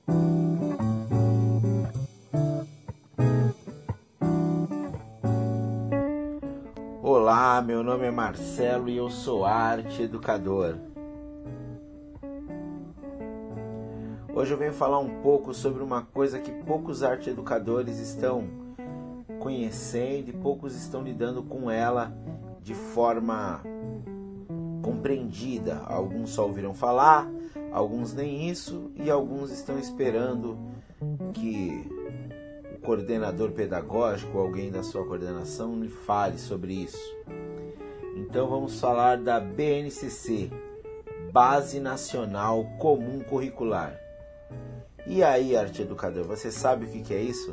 Olá, meu nome é Marcelo e eu sou arte educador. Hoje eu venho falar um pouco sobre uma coisa que poucos arte educadores estão conhecendo e poucos estão lidando com ela de forma compreendida. Alguns só ouviram falar, alguns nem isso, e alguns estão esperando que o coordenador pedagógico, alguém da sua coordenação, lhe fale sobre isso. Então vamos falar da BNCC, Base Nacional Comum Curricular. E aí, arte educador, você sabe o que é isso?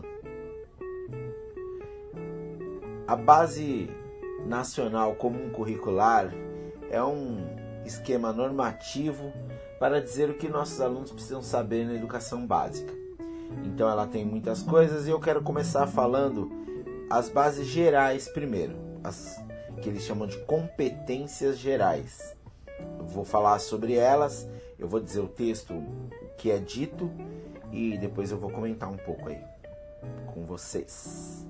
A Base Nacional Comum Curricular é um esquema normativo para dizer o que nossos alunos precisam saber na educação básica. Então ela tem muitas coisas e eu quero começar falando as bases gerais primeiro, as que eles chamam de competências gerais. Eu vou falar sobre elas, eu vou dizer o texto, o que é dito, e depois eu vou comentar um pouco aí com vocês.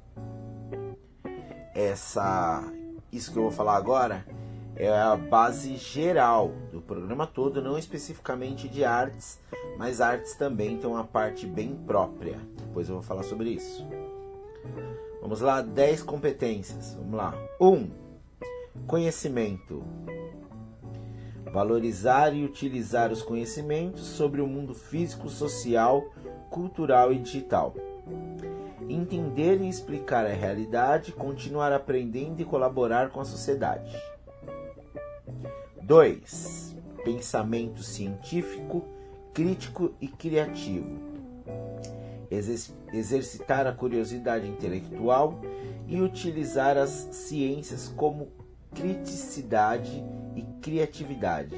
Isso que eu vou falar agora é a base geral do programa todo, não especificamente de artes, mas artes também tem uma parte bem própria. Depois eu vou falar sobre isso. Vamos lá, 10 competências. Vamos lá. 1. Conhecimento. Valorizar e utilizar os conhecimentos sobre o mundo físico, social, cultural e digital. Entender e explicar a realidade, continuar aprendendo e colaborar com a sociedade. 2. Pensamento científico, crítico e criativo. Exercitar a curiosidade intelectual e utilizar as ciências como criticidade e criatividade.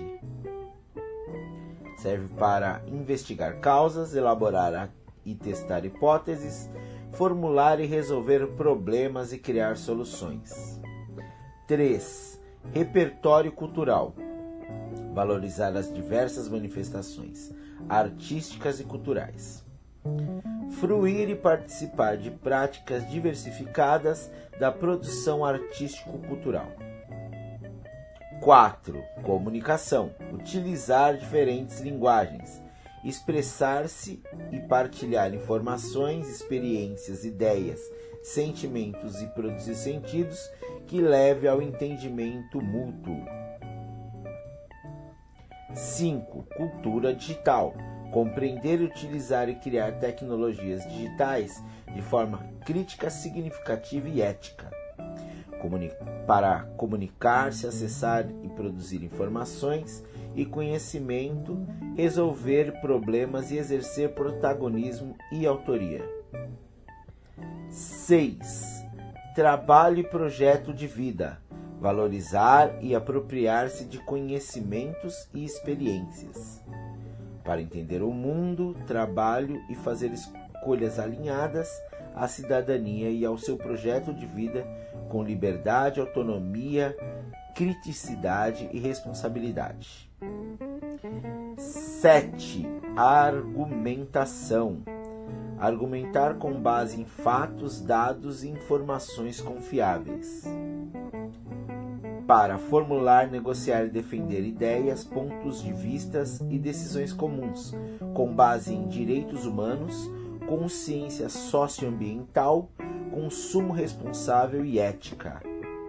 Serve para investigar causas, elaborar e testar hipóteses, formular e resolver problemas e criar soluções. 3. Repertório cultural. Valorizar as diversas manifestações artísticas e culturais. Fruir e participar de práticas diversificadas da produção artístico-cultural. 4. Comunicação. Utilizar diferentes linguagens. Expressar-se e partilhar informações, experiências, ideias, sentimentos e produzir sentidos que leve ao entendimento mútuo. 5. Cultura digital. Compreender, utilizar e criar tecnologias digitais de forma crítica, significativa e ética. Para comunicar-se, acessar e produzir informações e conhecimento, resolver problemas e exercer protagonismo e autoria. 6. Trabalho e projeto de vida. Valorizar e apropriar-se de conhecimentos e experiências. Para entender o mundo, trabalho e fazer escolhas alinhadas à cidadania e ao seu projeto de vida com liberdade, autonomia, criticidade e responsabilidade. 7. Argumentação. Argumentar com base em fatos, dados e informações confiáveis. Para formular, negociar e defender ideias, pontos de vistas e decisões comuns, com base em direitos humanos, consciência socioambiental, consumo responsável e ética.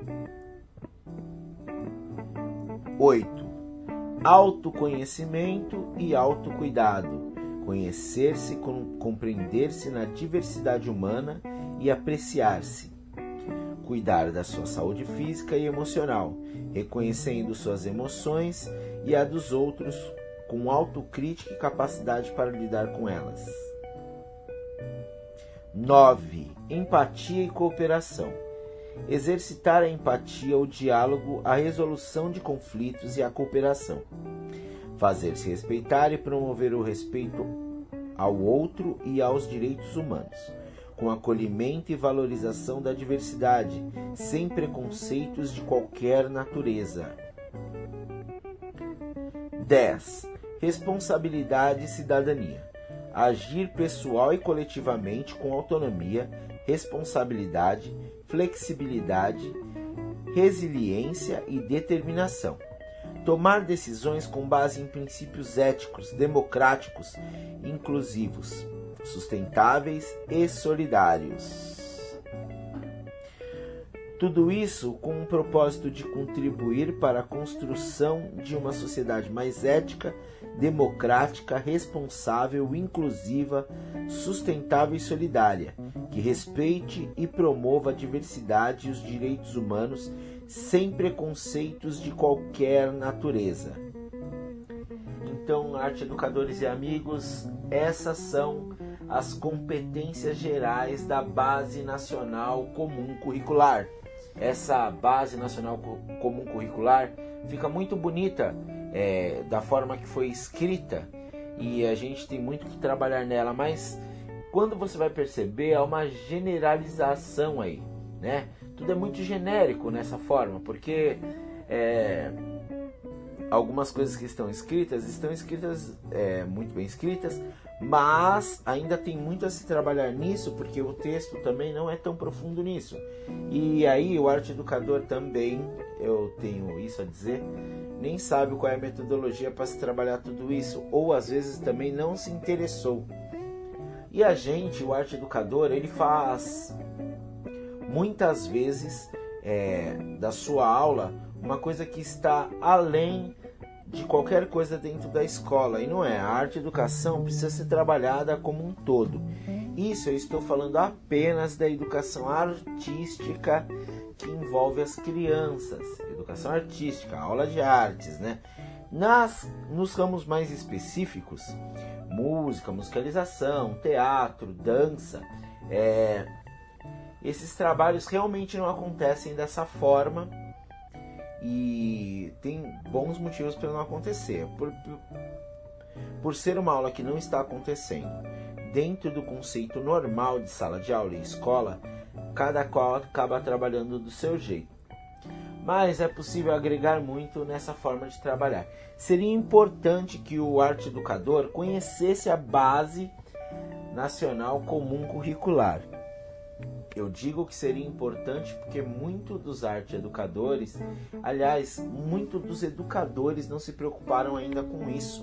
8. Autoconhecimento e autocuidado. Conhecer-se, compreender-se na diversidade humana e apreciar-se. Cuidar da sua saúde física e emocional, reconhecendo suas emoções e a dos outros com autocrítica e capacidade para lidar com elas. 9. Empatia e cooperação. Exercitar a empatia, o diálogo, a resolução de conflitos e a cooperação. Fazer-se respeitar e promover o respeito ao outro e aos direitos humanos, com acolhimento e valorização da diversidade, sem preconceitos de qualquer natureza. 10. Responsabilidade e cidadania. agir pessoal e coletivamente com autonomia, responsabilidade, flexibilidade, resiliência e determinação. Tomar decisões com base em princípios éticos, democráticos, inclusivos, sustentáveis e solidários. Tudo isso com o propósito de contribuir para a construção de uma sociedade mais ética, democrática, responsável, inclusiva, sustentável e solidária, que respeite e promova a diversidade e os direitos humanos sem preconceitos de qualquer natureza. Então, arte educadores e amigos, essas são as competências gerais da Base Nacional Comum Curricular. Essa Base Nacional Comum Curricular fica muito bonita da forma que foi escrita e a gente tem muito que trabalhar nela, mas quando você vai perceber, há uma generalização aí, né? Tudo é muito genérico nessa forma, porque algumas coisas que estão escritas muito bem escritas, mas ainda tem muito a se trabalhar nisso, porque o texto também não é tão profundo nisso. E aí o arte educador também, eu tenho isso a dizer, nem sabe qual é a metodologia para se trabalhar tudo isso, ou às vezes também não se interessou. E a gente, o arte educador, ele faz muitas vezes da sua aula uma coisa que está além de qualquer coisa dentro da escola, e não é. A arte educação precisa ser trabalhada como um todo. Isso eu estou falando apenas da educação artística que envolve as crianças, educação artística, aula de artes, né? Nos ramos mais específicos, música, musicalização, teatro, dança, esses trabalhos realmente não acontecem dessa forma. E tem bons motivos para não acontecer. Por ser uma aula que não está acontecendo dentro do conceito normal de sala de aula e escola, cada qual acaba trabalhando do seu jeito. Mas é possível agregar muito nessa forma de trabalhar. Seria importante que o arte educador conhecesse a Base Nacional Comum Curricular. Eu digo que seria importante porque muitos dos arte educadores, aliás, muitos dos educadores não se preocuparam ainda com isso.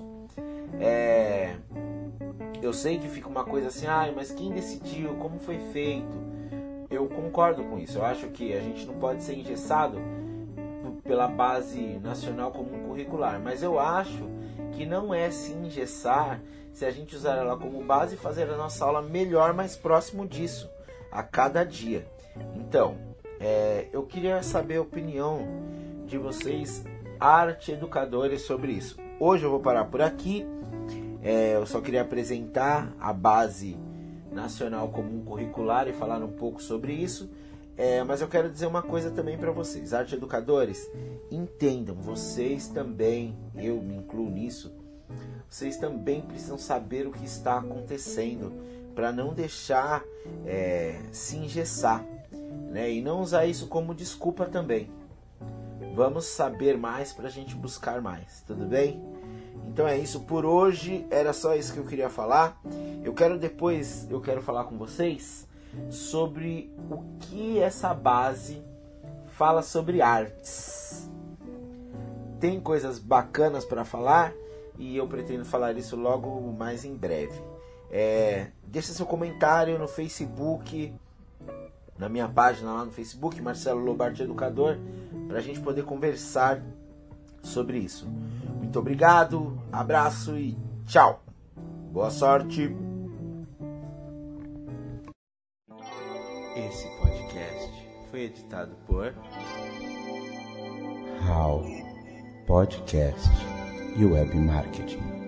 Eu sei que fica uma coisa assim, mas quem decidiu, como foi feito? Eu concordo com isso. Eu acho que a gente não pode ser engessado pela Base Nacional Comum Curricular, mas eu acho que não é se engessar se a gente usar ela como base e fazer a nossa aula melhor, mais próximo disso a cada dia. Então, eu queria saber a opinião de vocês, arte educadores, sobre isso. Hoje eu vou parar por aqui. Eu só queria apresentar a Base Nacional Comum Curricular e falar um pouco sobre isso. Mas eu quero dizer uma coisa também para vocês. Arte educadores, entendam, vocês também, eu me incluo nisso, vocês também precisam saber o que está acontecendo, para não deixar se engessar, né? E não usar isso como desculpa também. Vamos saber mais para a gente buscar mais, tudo bem? Então é isso por hoje, era só isso que eu queria falar. Eu quero falar com vocês sobre o que essa base fala sobre artes. Tem coisas bacanas para falar e eu pretendo falar isso logo mais em breve. Deixa seu comentário no Facebook, na minha página lá no Facebook, Marcelo Lobo Arte Educador, para a gente poder conversar sobre isso. Muito obrigado, abraço e tchau. Boa sorte. Esse podcast foi editado por How Podcast e Web Marketing.